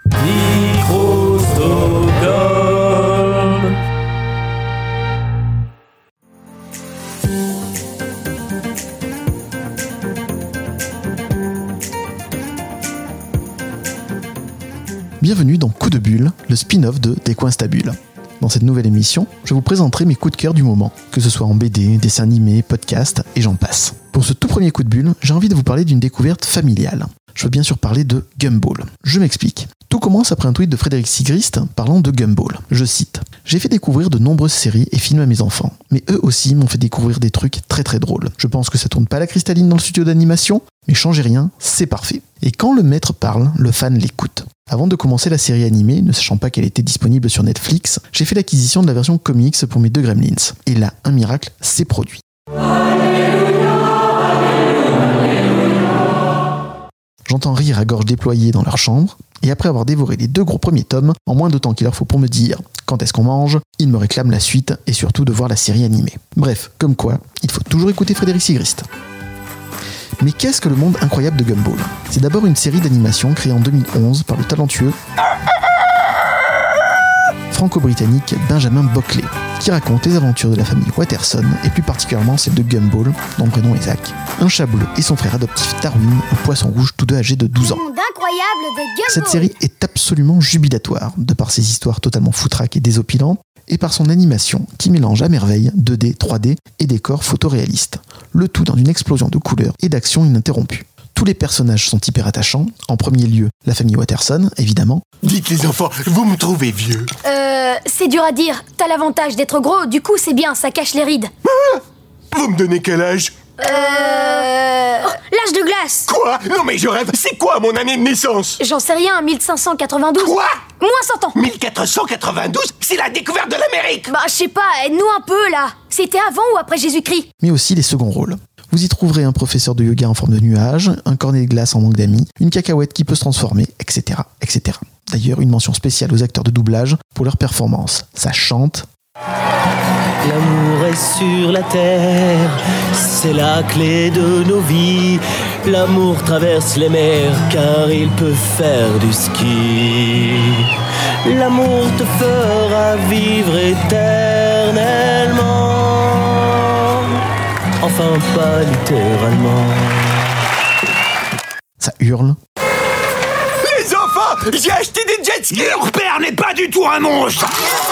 Micro-Stockholm. Bienvenue dans Coup de Bulle, le spin-off de Décoinstabule. Dans cette nouvelle émission, je vous présenterai mes coups de cœur du moment, que ce soit en BD, dessins animés, podcasts et j'en passe. Pour ce tout premier coup de bulle, j'ai envie de vous parler d'une découverte familiale. Je veux bien sûr parler de Gumball. Je m'explique. Tout commence après un tweet de Frédéric Sigrist parlant de Gumball. Je cite : « J'ai fait découvrir de nombreuses séries et films à mes enfants, mais eux aussi m'ont fait découvrir des trucs très très drôles. Je pense que ça tourne pas la cristalline dans le studio d'animation, mais changez rien, c'est parfait. » Et quand le maître parle, le fan l'écoute. Avant de commencer la série animée, ne sachant pas qu'elle était disponible sur Netflix, j'ai fait l'acquisition de la version comics pour mes deux Gremlins. Et là, un miracle s'est produit. J'entends rire à gorge déployée dans leur chambre, et après avoir dévoré les deux gros premiers tomes, en moins de temps qu'il leur faut pour me dire quand est-ce qu'on mange, ils me réclament la suite et surtout de voir la série animée. Bref, comme quoi, il faut toujours écouter Frédéric Sigrist. Mais qu'est-ce que le monde incroyable de Gumball ? C'est d'abord une série d'animation créée en 2011 par le talentueux franco-britannique Benjamin Bockley, qui raconte les aventures de la famille Watterson et plus particulièrement celle de Gumball, dont le prénom est Zach, un chat bleu et son frère adoptif Darwin, un poisson rouge tous deux âgés de 12 ans. Incroyable de Gumball. Cette série est absolument jubilatoire, de par ses histoires totalement foutraques et désopilantes, et par son animation qui mélange à merveille 2D, 3D et décors photoréalistes. Le tout dans une explosion de couleurs et d'action ininterrompue. Tous les personnages sont hyper attachants. En premier lieu, la famille Watterson, évidemment. Dites les enfants, vous me trouvez vieux. C'est dur à dire. T'as l'avantage d'être gros, du coup c'est bien, ça cache les rides. Vous me donnez quel âge ? L'âge de glace. Quoi ? Non mais je rêve, c'est quoi mon année de naissance ? J'en sais rien, 1592. Quoi ? Moins 100 ans. 1492 ? C'est la découverte de l'Amérique ! Bah je sais pas, aide-nous un peu là. C'était avant ou après Jésus-Christ ? Mais aussi les seconds rôles. Vous y trouverez un professeur de yoga en forme de nuage, un cornet de glace en manque d'amis, une cacahuète qui peut se transformer, etc., etc. D'ailleurs, une mention spéciale aux acteurs de doublage pour leur performance. Ça chante. L'amour est sur la terre, c'est la clé de nos vies. L'amour traverse les mers car il peut faire du ski. L'amour te fera vivre éternellement. Enfin pas littéralement. Ça hurle. Les enfants, j'ai acheté des jet skis. Leur père n'est pas du tout un monstre.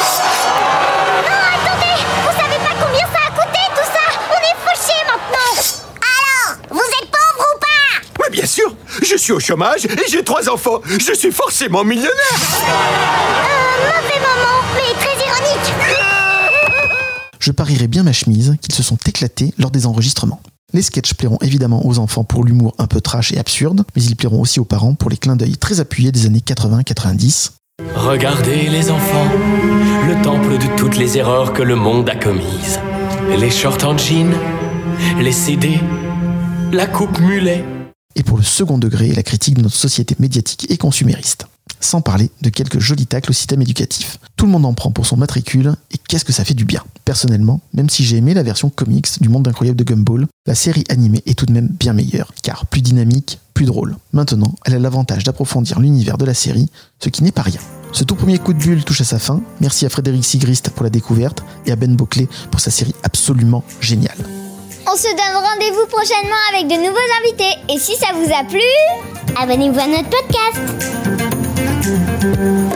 Vous savez pas combien ça a coûté tout ça ? On est fauchés maintenant. Alors, vous êtes pauvre ou pas ? Mais bien sûr, je suis au chômage et j'ai 3 enfants. Je suis forcément millionnaire. Mauvais moment, mais très ironique. Je parierais bien ma chemise qu'ils se sont éclatés lors des enregistrements. Les sketchs plairont évidemment aux enfants pour l'humour un peu trash et absurde, mais ils plairont aussi aux parents pour les clins d'œil très appuyés des années 80-90. Regardez les enfants, le temple de toutes les erreurs que le monde a commises. Les shorts en jean, les CD, la coupe mulet. Et pour le second degré, la critique de notre société médiatique et consumériste. Sans parler de quelques jolis tacles au système éducatif. Tout le monde en prend pour son matricule, et qu'est-ce que ça fait du bien. Personnellement, même si j'ai aimé la version comics du monde incroyable de Gumball, la série animée est tout de même bien meilleure, car plus dynamique, plus drôle. Maintenant, elle a l'avantage d'approfondir l'univers de la série, ce qui n'est pas rien. Ce tout premier coup de bulle touche à sa fin. Merci à Frédéric Sigrist pour la découverte, et à Ben Bockley pour sa série absolument géniale. On se donne rendez-vous prochainement avec de nouveaux invités. Et si ça vous a plu, abonnez-vous à notre podcast.